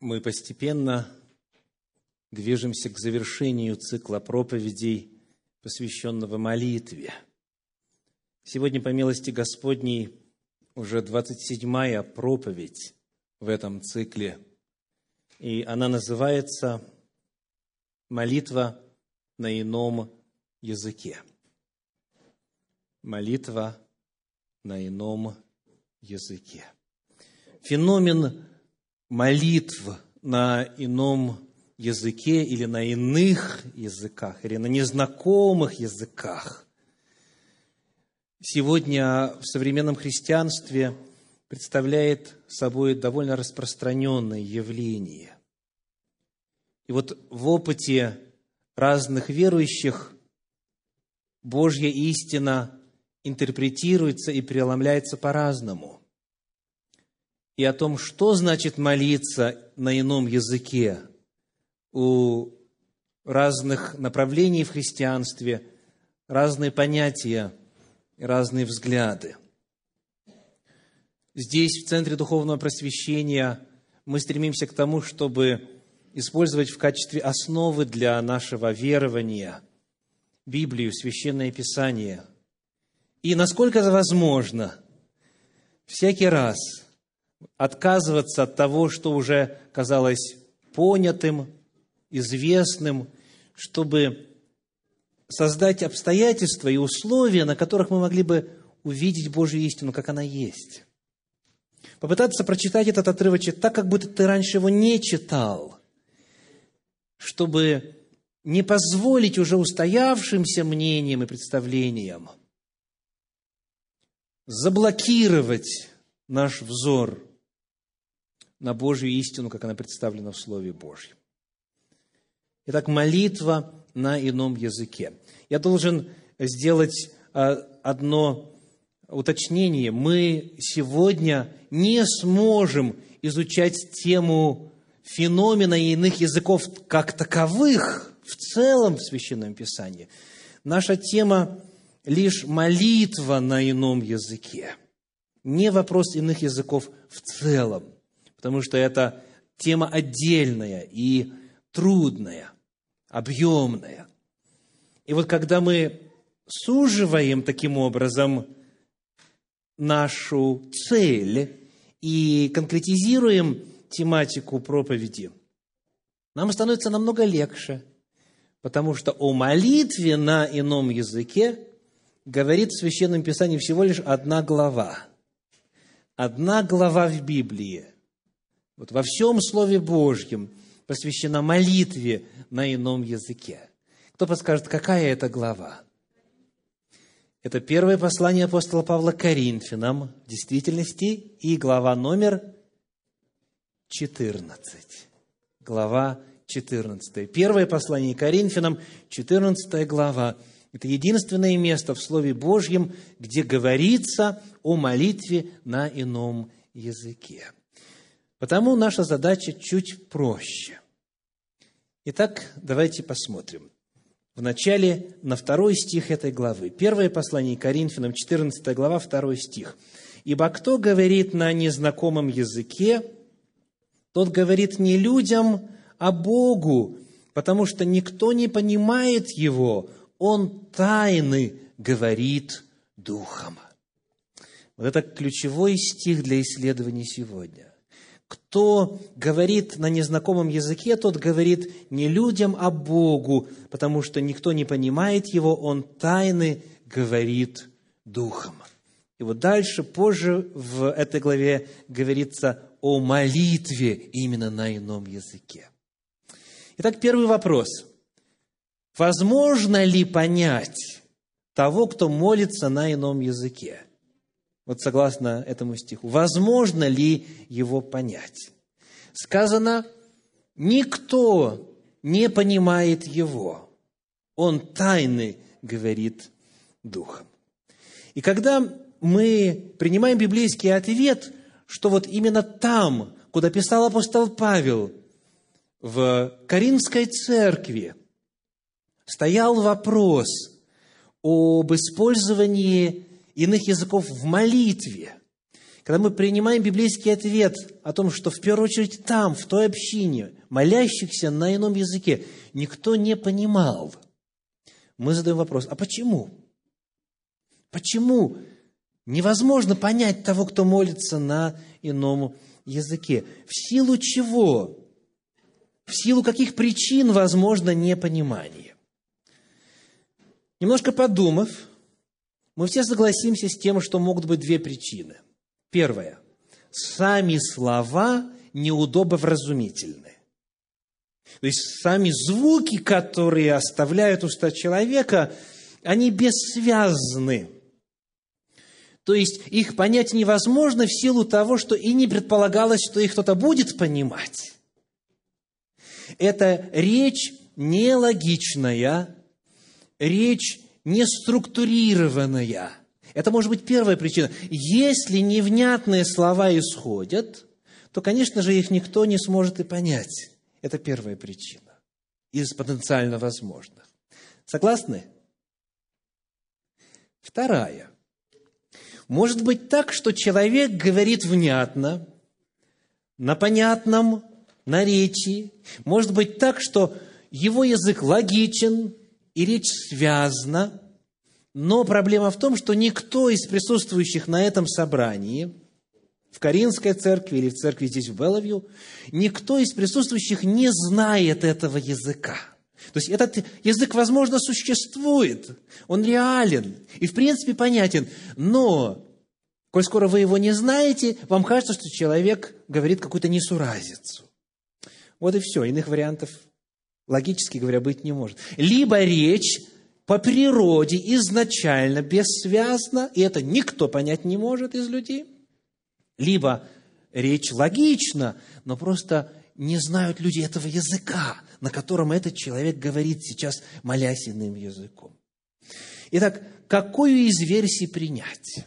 Мы постепенно движемся к завершению цикла проповедей, посвященного молитве. Сегодня, по милости Господней, уже 27-я проповедь в этом цикле, и она называется «Молитва на ином языке». Молитва на ином языке. Феномен молитв на ином языке или на иных языках, или на незнакомых языках сегодня в современном христианстве представляет собой довольно распространенное явление. И вот в опыте разных верующих Божья истина интерпретируется и преломляется по-разному. И о том, что значит молиться на ином языке, у разных направлений в христианстве разные понятия, разные взгляды. Здесь, в Центре Духовного Просвещения, мы стремимся к тому, чтобы использовать в качестве основы для нашего верования Библию, Священное Писание. И, насколько это возможно, всякий раз отказываться от того, что уже казалось понятым, известным, чтобы создать обстоятельства и условия, на которых мы могли бы увидеть Божью истину, как она есть. Попытаться прочитать этот отрывочек так, как будто ты раньше его не читал, чтобы не позволить уже устоявшимся мнениям и представлениям заблокировать наш взор на Божью истину, как она представлена в Слове Божьем. Итак, молитва на ином языке. Я должен сделать одно уточнение. Мы сегодня не сможем изучать тему феномена иных языков как таковых в целом в Священном Писании. Наша тема лишь молитва на ином языке. Не вопрос иных языков в целом, потому что это тема отдельная и трудная, объемная. И вот когда мы суживаем таким образом нашу цель и конкретизируем тематику проповеди, нам становится намного легче, потому что о молитве на ином языке говорит в Священном Писании всего лишь одна глава. Одна глава в Библии, вот во всем Слове Божьем, посвящена молитве на ином языке. Кто подскажет, какая это глава? Это первое послание апостола Павла к Коринфянам, в действительности, и глава номер 14. Глава 14. Первое послание к Коринфянам, 14 глава. Это единственное место в Слове Божьем, где говорится о молитве на ином языке. Потому наша задача чуть проще. Итак, давайте посмотрим. Вначале на 2 стих этой главы. Первое послание к Коринфянам, 14 глава, 2 стих. «Ибо кто говорит на незнакомом языке, тот говорит не людям, а Богу, потому что никто не понимает его, он тайны говорит духом». Вот это ключевой стих для исследований сегодня. Кто говорит на незнакомом языке, тот говорит не людям, а Богу, потому что никто не понимает его, он тайны говорит духом. И вот дальше, позже в этой главе говорится о молитве именно на ином языке. Итак, первый вопрос. Возможно ли понять того, кто молится на ином языке? Вот согласно этому стиху. Возможно ли его понять? Сказано, никто не понимает его. Он тайны говорит духом. И когда мы принимаем библейский ответ, что вот именно там, куда писал апостол Павел, в Коринфской церкви, стоял вопрос об использовании иных языков в молитве. когда мы принимаем библейский ответ о том, что в первую очередь там, в той общине, молящихся на ином языке, никто не понимал, мы задаем вопрос, а почему? Почему невозможно понять того, кто молится на ином языке? В силу чего? В силу каких причин возможно непонимание? Немножко подумав, мы все согласимся с тем, что могут быть две причины. Первое. Сами слова неудобовразумительны. То есть, сами звуки, которые оставляют уста человека, они бессвязны. То есть, их понять невозможно в силу того, что и не предполагалось, что их кто-то будет понимать. Это речь нелогичная, речь неструктурированная. Это может быть первая причина. Если невнятные слова исходят, то, конечно же, их никто не сможет и понять. Это первая причина из потенциально возможных. Согласны? Вторая. Может быть так, что человек говорит внятно, на понятном наречии. Может быть так, что его язык логичен, и речь связана, но проблема в том, что никто из присутствующих на этом собрании, в Каринской церкви или в церкви здесь в Белловью, никто из присутствующих не знает этого языка. То есть этот язык, возможно, существует, он реален и, в принципе, понятен, но, коль скоро вы его не знаете, вам кажется, что человек говорит какую-то несуразицу. Вот и все, иных вариантов, логически говоря, быть не может. Либо речь по природе изначально бессвязна, и это никто понять не может из людей, либо речь логична, но просто не знают люди этого языка, на котором этот человек говорит сейчас, молясь иным языком. Итак, какую из версий принять?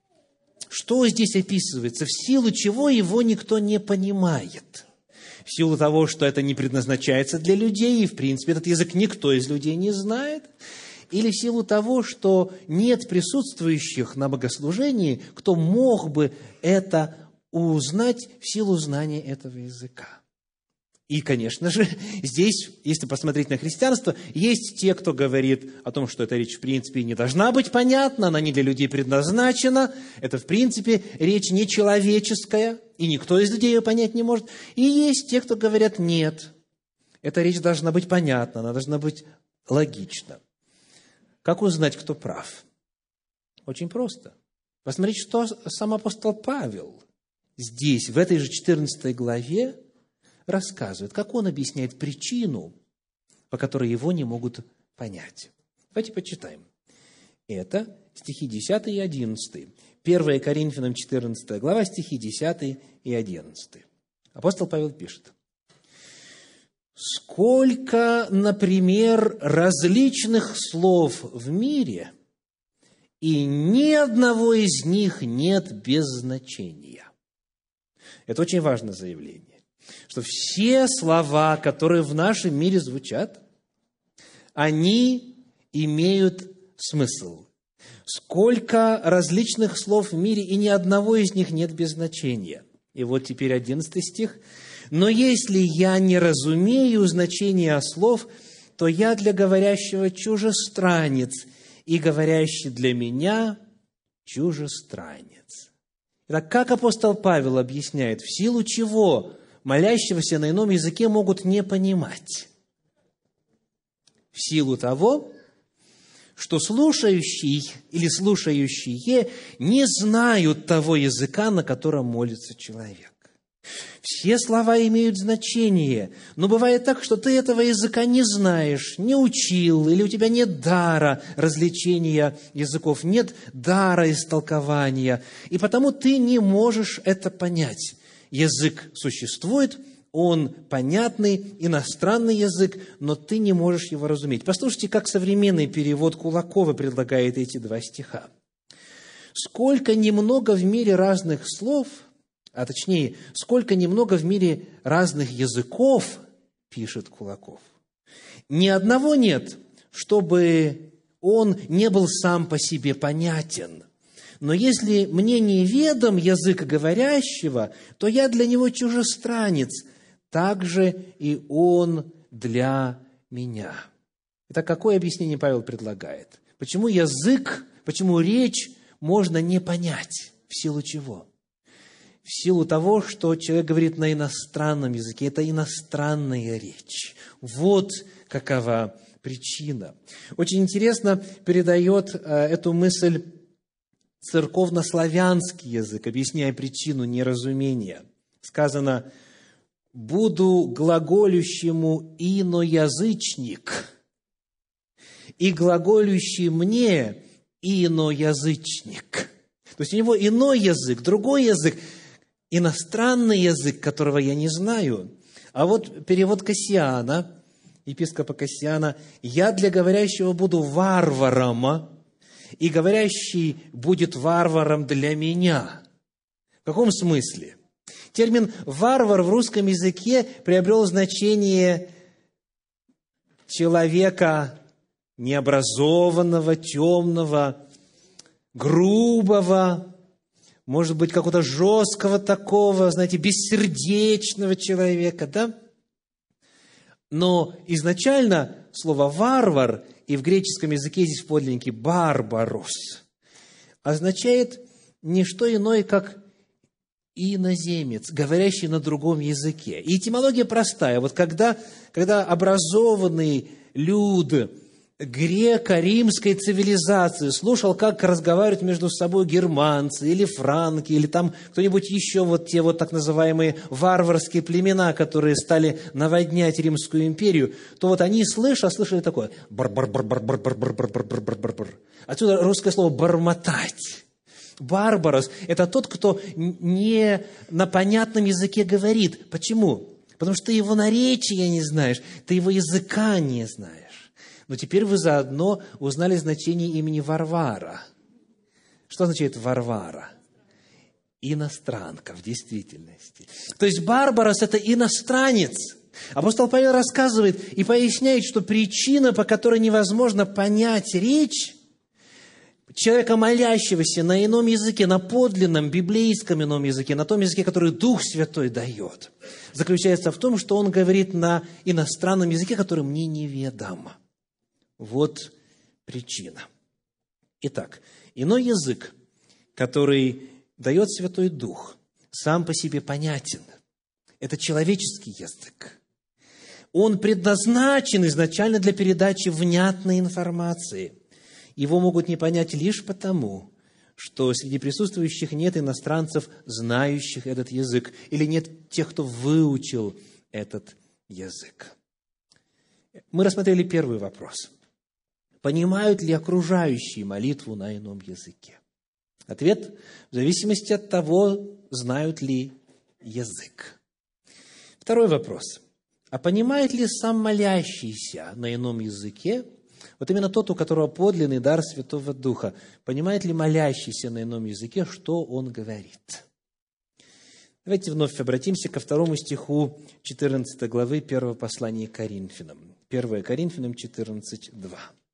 Что здесь описывается? В силу чего его никто не понимает? В силу того, что это не предназначается для людей, и, в принципе, этот язык никто из людей не знает? Или в силу того, что нет присутствующих на богослужении, кто мог бы это узнать в силу знания этого языка? И, конечно же, здесь, если посмотреть на христианство, есть те, кто говорит о том, что эта речь, в принципе, не должна быть понятна, она не для людей предназначена, это, в принципе, речь нечеловеческая, и никто из людей ее понять не может. И есть те, кто говорят, нет, эта речь должна быть понятна, она должна быть логична. Как узнать, кто прав? Очень просто. Посмотрите, что сам апостол Павел здесь, в этой же 14 главе, рассказывает, как он объясняет причину, по которой его не могут понять. Давайте почитаем. Это стихи 10 и 11. 1 Коринфянам 14 глава, стихи 10 и 11. Апостол Павел пишет. «Сколько, например, различных слов в мире, и ни одного из них нет без значения». Это очень важное заявление, что все слова, которые в нашем мире звучат, они имеют смысл. Сколько различных слов в мире, и ни одного из них нет без значения. И вот теперь 11 стих. «Но если я не разумею значения слов, то я для говорящего чужестранец, и говорящий для меня чужестранец». Итак, как апостол Павел объясняет, в силу чего молящегося на ином языке могут не понимать? В силу того, что слушающий или слушающие не знают того языка, на котором молится человек. Все слова имеют значение, но бывает так, что ты этого языка не знаешь, не учил, или у тебя нет дара развлечения языков, нет дара истолкования, и потому ты не можешь это понять. Язык существует, он понятный, иностранный язык, но ты не можешь его разуметь. Послушайте, как современный перевод Кулакова предлагает эти два стиха. «Сколько немного в мире разных слов, а точнее, сколько немного в мире разных языков, пишет Кулаков, ни одного нет, чтобы он не был сам по себе понятен. Но если мне неведом язык говорящего, то я для него чужестранец, так же и он для меня». Итак, какое объяснение Павел предлагает? Почему язык, почему речь можно не понять? В силу чего? В силу того, что человек говорит на иностранном языке. Это иностранная речь. Вот какова причина. Очень интересно передает эту мысль церковнославянский язык, объясняя причину неразумения. Сказано: «Буду глаголющему иноязычник, и глаголющий мне иноязычник». То есть у него иной язык, другой язык, иностранный язык, которого я не знаю. А вот перевод Кассиана, епископа Кассиана: «Я для говорящего буду варваром, и говорящий будет варваром для меня». В каком смысле? Термин «варвар» в русском языке приобрел значение человека необразованного, темного, грубого, может быть, какого-то жесткого такого, знаете, бессердечного человека, да? Но изначально слово «варвар», и в греческом языке здесь в подлиннике «барбарос», означает не что иное, как иноземец, говорящий на другом языке. И этимология простая. Вот когда образованный люд греко-римской цивилизации слушал, как разговаривают между собой германцы или франки, или там кто-нибудь еще, вот те вот так называемые варварские племена, которые стали наводнять Римскую империю, то вот они, слышали такое бар-бар-бар-бар-бар-бар-бар-бар-бар-бар. Отсюда русское слово «бормотать». Барбарос – это тот, кто не на понятном языке говорит. Почему? Потому что ты его наречия не знаешь, ты его языка не знаешь. Но теперь вы заодно узнали значение имени Варвара. Что означает Варвара? Иностранка в действительности. То есть Барбарос – это иностранец. Апостол Павел рассказывает и поясняет, что причина, по которой невозможно понять речь человека, молящегося на ином языке, на подлинном библейском ином языке, на том языке, который Дух Святой дает, заключается в том, что он говорит на иностранном языке, который мне неведом. Вот причина. Итак, иной язык, который дает Святой Дух, сам по себе понятен. Это человеческий язык. Он предназначен изначально для передачи внятной информации. Его могут не понять лишь потому, что среди присутствующих нет иностранцев, знающих этот язык, или нет тех, кто выучил этот язык. Мы рассмотрели первый вопрос. Понимают ли окружающие молитву на ином языке? Ответ в зависимости от того, знают ли язык. Второй вопрос. А понимает ли сам молящийся на ином языке, вот именно тот, у которого подлинный дар Святого Духа, понимает ли молящийся на ином языке, что он говорит? Давайте вновь обратимся ко 2 стиху 14 главы 1 послания к Коринфянам. 1 Коринфянам 14:2.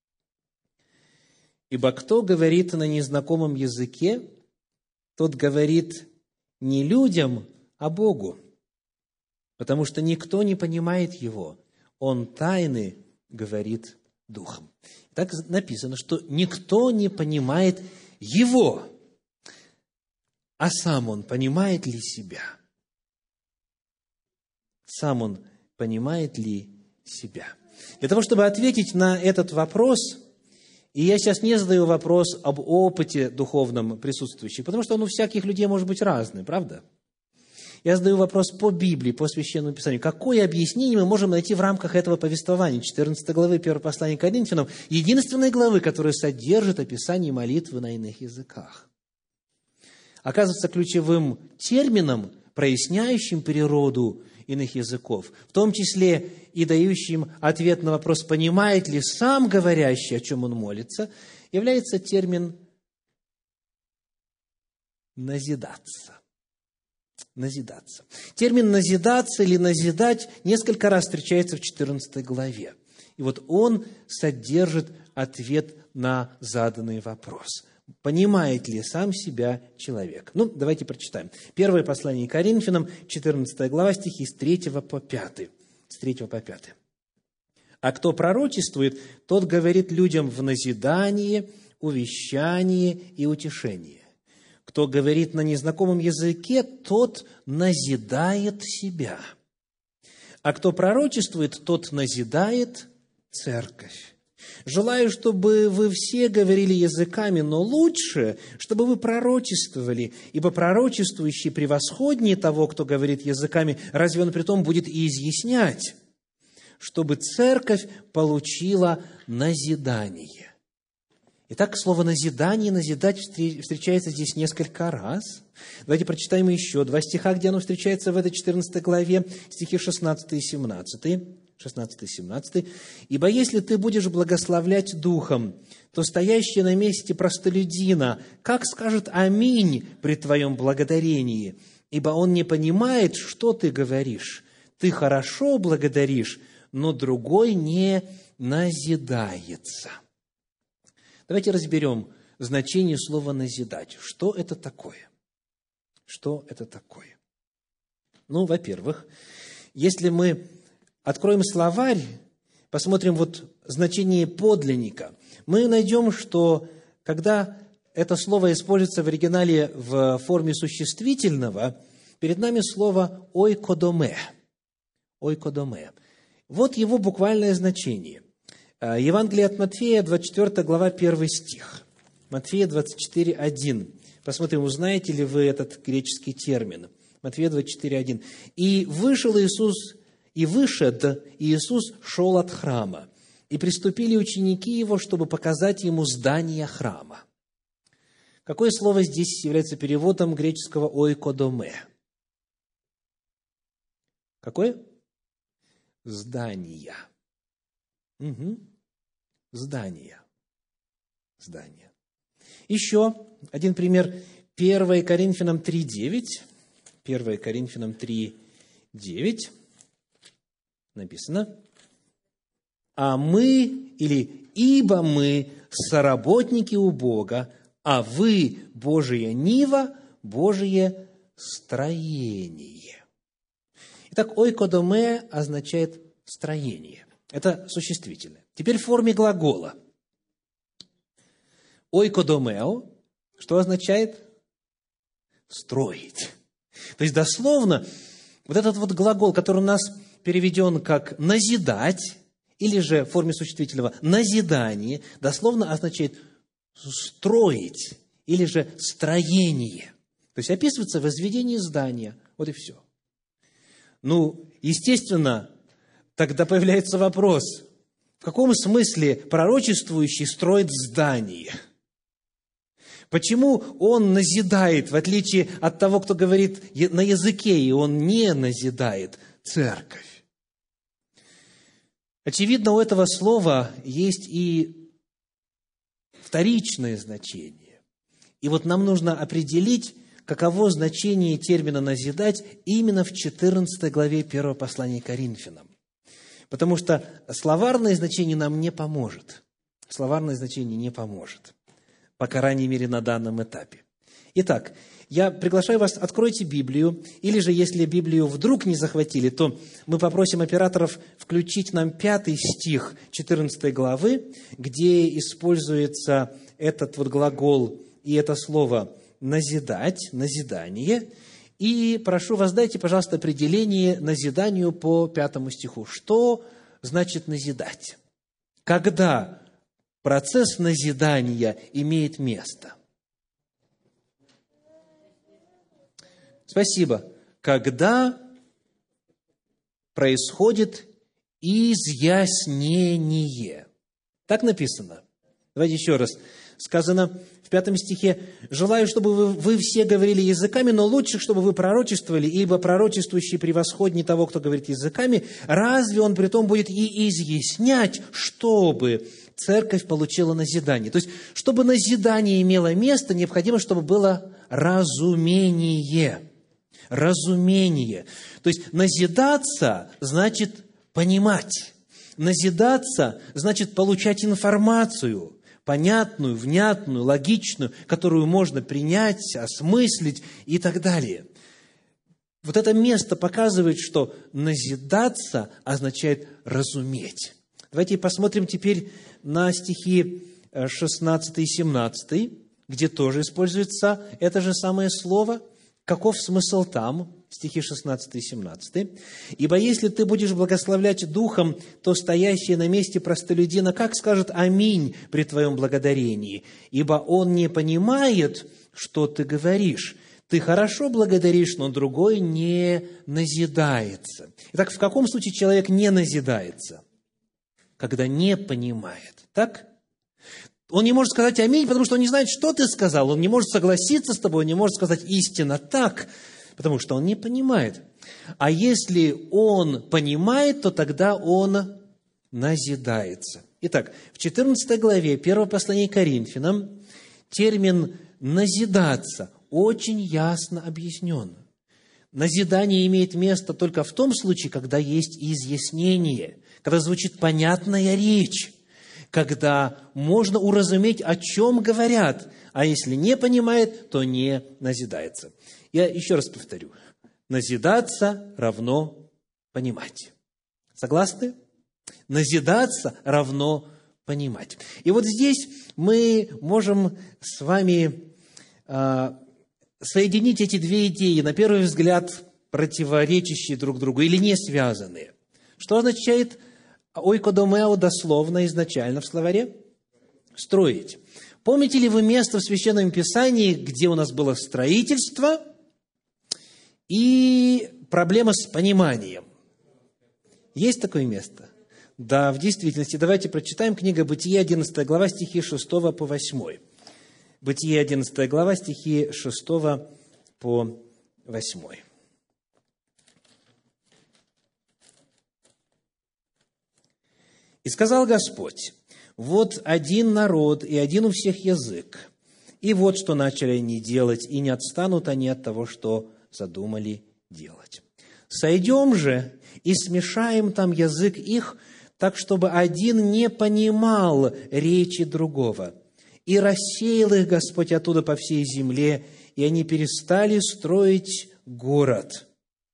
«Ибо кто говорит на незнакомом языке, тот говорит не людям, а Богу, потому что никто не понимает его, он тайны говорит духом». Так написано, что никто не понимает его, а сам он понимает ли себя? Сам он понимает ли себя? Для того, чтобы ответить на этот вопрос, и я сейчас не задаю вопрос об опыте духовном присутствующих, потому что он у всяких людей может быть разный, правда? Я задаю вопрос по Библии, по Священному Писанию. Какое объяснение мы можем найти в рамках этого повествования, 14 главы 1 послания к Коринфянам, единственной главы, которая содержит описание молитвы на иных языках? Оказывается, ключевым термином, проясняющим природу иных языков, в том числе и дающим ответ на вопрос, понимает ли сам говорящий, о чем он молится, является термин «назидаться». Назидаться. Термин «назидаться» или «назидать» несколько раз встречается в 14 главе. И вот он содержит ответ на заданный вопрос. Понимает ли сам себя человек? Давайте прочитаем. Первое послание Коринфянам, 14 глава, стихи с 3 по 5. С 3 по 5. «А кто пророчествует, тот говорит людям в назидание, увещание и утешение. Кто говорит на незнакомом языке, тот назидает себя. А кто пророчествует, тот назидает церковь. Желаю, чтобы вы все говорили языками, но лучше, чтобы вы пророчествовали, ибо пророчествующий превосходнее того, кто говорит языками, разве он притом будет и изъяснять, чтобы церковь получила назидание». Итак, слово «назидание», «назидать» встречается здесь несколько раз. Давайте прочитаем еще 2 стиха, где оно встречается в этой 14 главе, стихи 16 и 17. 16 и 17. «Ибо если ты будешь благословлять Духом, то стоящий на месте простолюдина, как скажет «Аминь» при твоем благодарении? Ибо он не понимает, что ты говоришь. Ты хорошо благодаришь, но другой не назидается». Давайте разберем значение слова «назидать». Что это такое? Что это такое? Во-первых, если мы откроем словарь, посмотрим значение подлинника, мы найдем, что когда это слово используется в оригинале в форме существительного, перед нами слово «ойкодоме». «Ойкодоме». Вот его буквальное значение. Евангелие от Матфея, 24 глава, 1 стих. Матфея 24, 1. Посмотрим, узнаете ли вы этот греческий термин. Матфея 24, 1. «И вышел Иисус, и вышед Иисус шел от храма, и приступили ученики Его, чтобы показать Ему здание храма». Какое слово здесь является переводом греческого «ойкодоме»? Какое? Здания. Здания. Здания. Еще один пример. 1 Коринфянам 3:9. 1 Коринфянам 3:9. Написано: «А мы» или «ибо мы соработники у Бога, а вы Божия нива, Божие строение». Итак, ойкодоме означает строение. Это существительное. Теперь в форме глагола. Ойкодомео, что означает? Строить. То есть, дословно, этот глагол, который у нас переведен как «назидать», или же в форме существительного «назидание», дословно означает «строить», или же «строение». То есть, описывается возведение здания. Вот и все. Естественно, тогда появляется вопрос, в каком смысле пророчествующий строит здание? Почему он назидает, в отличие от того, кто говорит на языке, и он не назидает церковь? Очевидно, у этого слова есть и вторичное значение. И нам нужно определить, каково значение термина «назидать» именно в 14 главе 1 послания Коринфянам. Потому что словарное значение нам не поможет. Словарное значение не поможет. По крайней мере, на данном этапе. Итак, я приглашаю вас, откройте Библию, или же, если Библию вдруг не захватили, то мы попросим операторов включить нам 5 стих 14 главы, где используется этот глагол и это слово «назидать», «назидание». И прошу вас, дайте, пожалуйста, определение назиданию по 5 стиху. Что значит назидать? Когда процесс назидания имеет место? Спасибо. Когда происходит изъяснение. Так написано. Давайте еще раз. Сказано в 5 стихе: «Желаю, чтобы вы все говорили языками, но лучше, чтобы вы пророчествовали, ибо пророчествующий превосходнее того, кто говорит языками. Разве он притом будет и изъяснять, чтобы церковь получила назидание?» То есть, чтобы назидание имело место, необходимо, чтобы было разумение. Разумение. То есть, назидаться значит понимать. Назидаться значит получать информацию, понятную, внятную, логичную, которую можно принять, осмыслить и так далее. Вот это место показывает, что назидаться означает разуметь. Давайте посмотрим теперь на стихи 16 и 17, где тоже используется это же самое слово. Каков смысл там? Стихи 16 и 17. «Ибо если ты будешь благословлять духом, то стоящий на месте простолюдина как скажет аминь при твоем благодарении? Ибо он не понимает, что ты говоришь. Ты хорошо благодаришь, но другой не назидается». Итак, в каком случае человек не назидается? Когда не понимает. Так? Он не может сказать аминь, потому что он не знает, что ты сказал. Он не может согласиться с тобой, он не может сказать истинно так, потому что он не понимает. А если он понимает, то тогда он назидается. Итак, в 14 главе 1 послания Коринфянам термин «назидаться» очень ясно объяснен. Назидание имеет место только в том случае, когда есть изъяснение, когда звучит понятная речь, когда можно уразуметь, о чем говорят, а если не понимает, то не назидается. Я еще раз повторю. Назидаться равно понимать. Согласны? Назидаться равно понимать. И вот здесь мы можем с вами соединить эти две идеи, на первый взгляд, противоречащие друг другу или не связанные. Что означает ойкодомео дословно изначально в словаре? Строить. Помните ли вы место в Священном Писании, где у нас было строительство и проблема с пониманием? Есть такое место? Да, в действительности. Давайте прочитаем книга Бытие, 11 глава, стихи 6 по 8. Бытие, 11 глава, стихи 6 по 8. «И сказал Господь, вот один народ и один у всех язык, и вот что начали они делать, и не отстанут они от того, что задумали делать. Сойдем же и смешаем там язык их, так, чтобы один не понимал речи другого. И рассеял их Господь оттуда по всей земле, и они перестали строить город».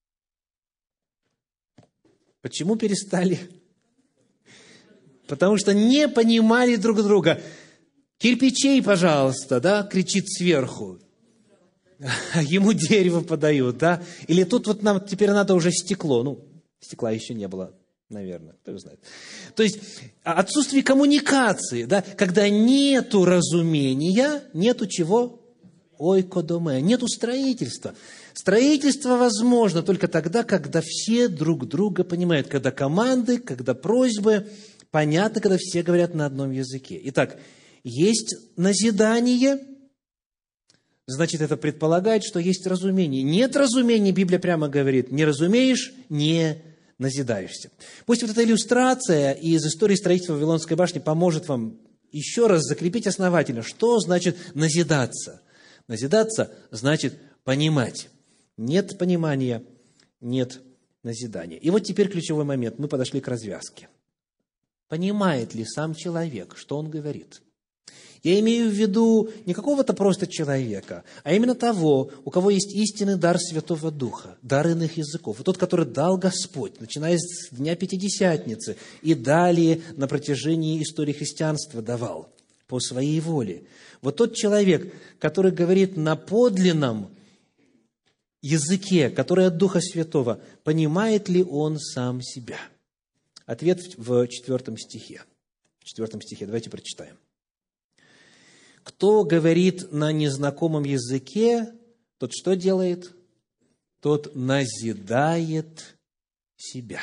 Почему перестали? Потому что не понимали друг друга. «Кирпичей, пожалуйста», да, кричит сверху. Ему дерево подают, да. Или тут вот нам теперь надо уже стекло. Ну, стекла еще не было, наверное, кто знает. То есть отсутствие коммуникации, да, когда нету разумения, нету чего? Ойкодоме, нету строительства. Строительство возможно только тогда, когда все друг друга понимают, когда команды, когда просьбы понятно, когда все говорят на одном языке. Итак, есть назидание, значит, это предполагает, что есть разумение. Нет разумения, Библия прямо говорит, не разумеешь, не назидаешься. Пусть вот эта иллюстрация из истории строительства Вавилонской башни поможет вам еще раз закрепить основательно, что значит назидаться. Назидаться значит понимать. Нет понимания, нет назидания. И вот теперь ключевой момент. Мы подошли к развязке. Понимает ли сам человек, что он говорит? Я имею в виду не какого-то просто человека, а именно того, у кого есть истинный дар Святого Духа, дар иных языков. Вот тот, который дал Господь, начиная с Дня Пятидесятницы и далее на протяжении истории христианства давал по своей воле. Вот тот человек, который говорит на подлинном языке, который от Духа Святого, понимает ли он сам себя? Ответ в 4 стихе. В 4 стихе, давайте прочитаем. «Кто говорит на незнакомом языке, тот что делает? Тот назидает себя.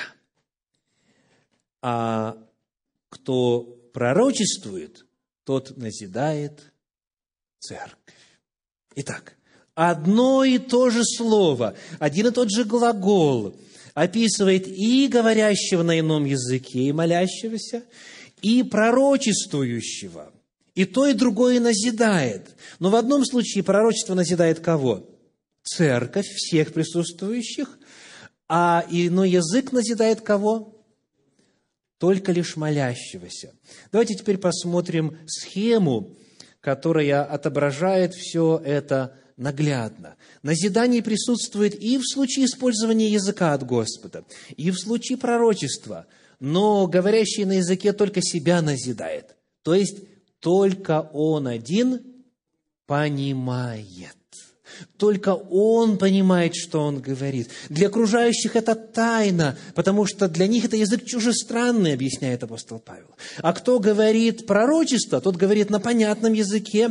А кто пророчествует, тот назидает церковь». Итак, одно и то же слово, один и тот же глагол описывает и говорящего на ином языке, и молящегося, и пророчествующего. И то, и другое назидает. Но в одном случае пророчество назидает кого? Церковь, всех присутствующих. А иной язык назидает кого? только лишь молящегося. Давайте теперь посмотрим схему, которая отображает все это наглядно. Назидание присутствует и в случае использования языка от Господа, и в случае пророчества, но говорящий на языке только себя назидает, то есть только он один понимает. Только он понимает, что он говорит. Для окружающих это тайна, потому что для них это язык чужестранный, объясняет апостол Павел. А кто говорит пророчество, тот говорит на понятном языке,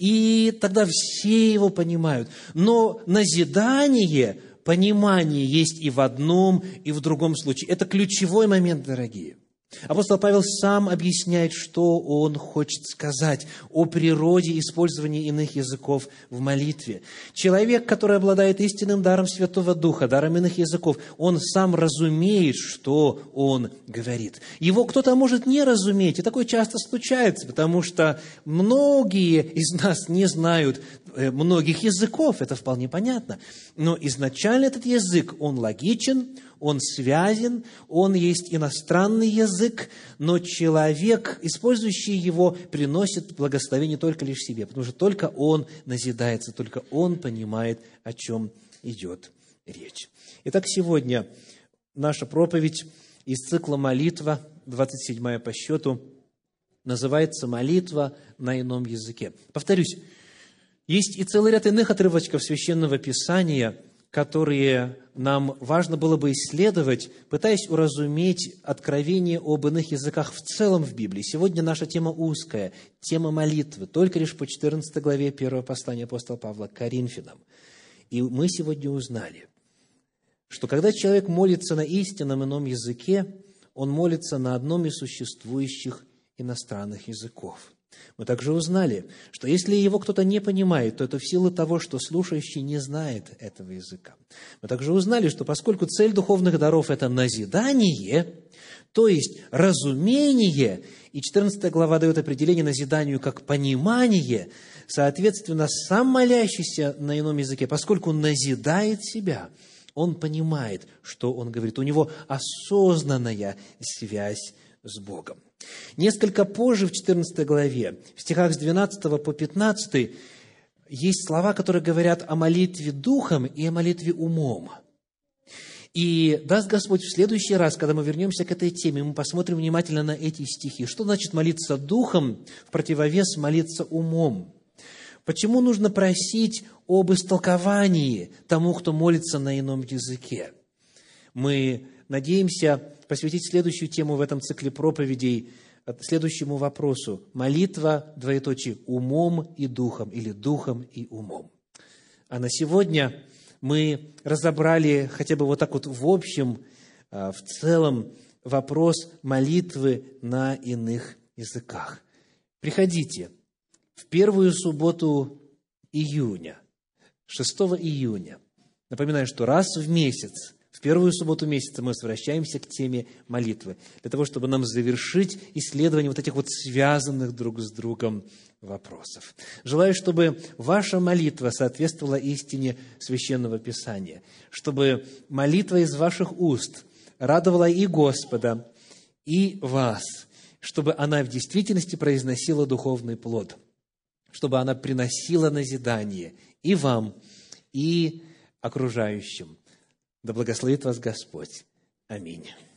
и тогда все его понимают. Но назидание, понимание есть и в одном, и в другом случае. Это ключевой момент, дорогие. Апостол Павел сам объясняет, что он хочет сказать о природе использования иных языков в молитве. Человек, который обладает истинным даром Святого Духа, даром иных языков, он сам разумеет, что он говорит. Его кто-то может не разуметь, и такое часто случается, потому что многие из нас не знают многих языков, это вполне понятно. Но изначально этот язык, он логичен, он связен, он есть иностранный язык, но человек, использующий его, приносит благословение только лишь себе, потому что только он назидается, только он понимает, о чем идет речь. Итак, сегодня наша проповедь из цикла «Молитва», 27-я по счету, называется «Молитва на ином языке». Повторюсь, есть и целый ряд иных отрывочков Священного Писания, которые нам важно было бы исследовать, пытаясь уразуметь откровение об иных языках в целом в Библии. Сегодня наша тема узкая, тема молитвы, только лишь по 14 главе 1 послания апостола Павла к Коринфянам. И мы сегодня узнали, что когда человек молится на истинном ином языке, он молится на одном из существующих иностранных языков. Мы также узнали, что если его кто-то не понимает, то это в силу того, что слушающий не знает этого языка. Мы также узнали, что поскольку цель духовных даров – это назидание, то есть разумение, и 14 глава дает определение назиданию как понимание, соответственно, сам молящийся на ином языке, поскольку назидает себя, он понимает, что он говорит. У него осознанная связь с Богом. Несколько позже, в 14 главе, в стихах с 12 по 15, есть слова, которые говорят о молитве духом и о молитве умом. И даст Господь, в следующий раз, когда мы вернемся к этой теме, мы посмотрим внимательно на эти стихи. Что значит молиться духом в противовес молиться умом? Почему нужно просить об истолковании тому, кто молится на ином языке? Мы надеемся посвятить следующую тему в этом цикле проповедей следующему вопросу. Молитва, двоеточие, умом и духом, или духом и умом. А на сегодня мы разобрали хотя бы вот так вот в общем, в целом, вопрос молитвы на иных языках. Приходите в первую субботу июня, 6 июня. Напоминаю, что раз в месяц, в первую субботу месяца мы возвращаемся к теме молитвы, для того, чтобы нам завершить исследование вот этих вот связанных друг с другом вопросов. Желаю, чтобы ваша молитва соответствовала истине Священного Писания, чтобы молитва из ваших уст радовала и Господа, и вас, чтобы она в действительности произносила духовный плод, чтобы она приносила назидание и вам, и окружающим. Да благословит вас Господь. Аминь.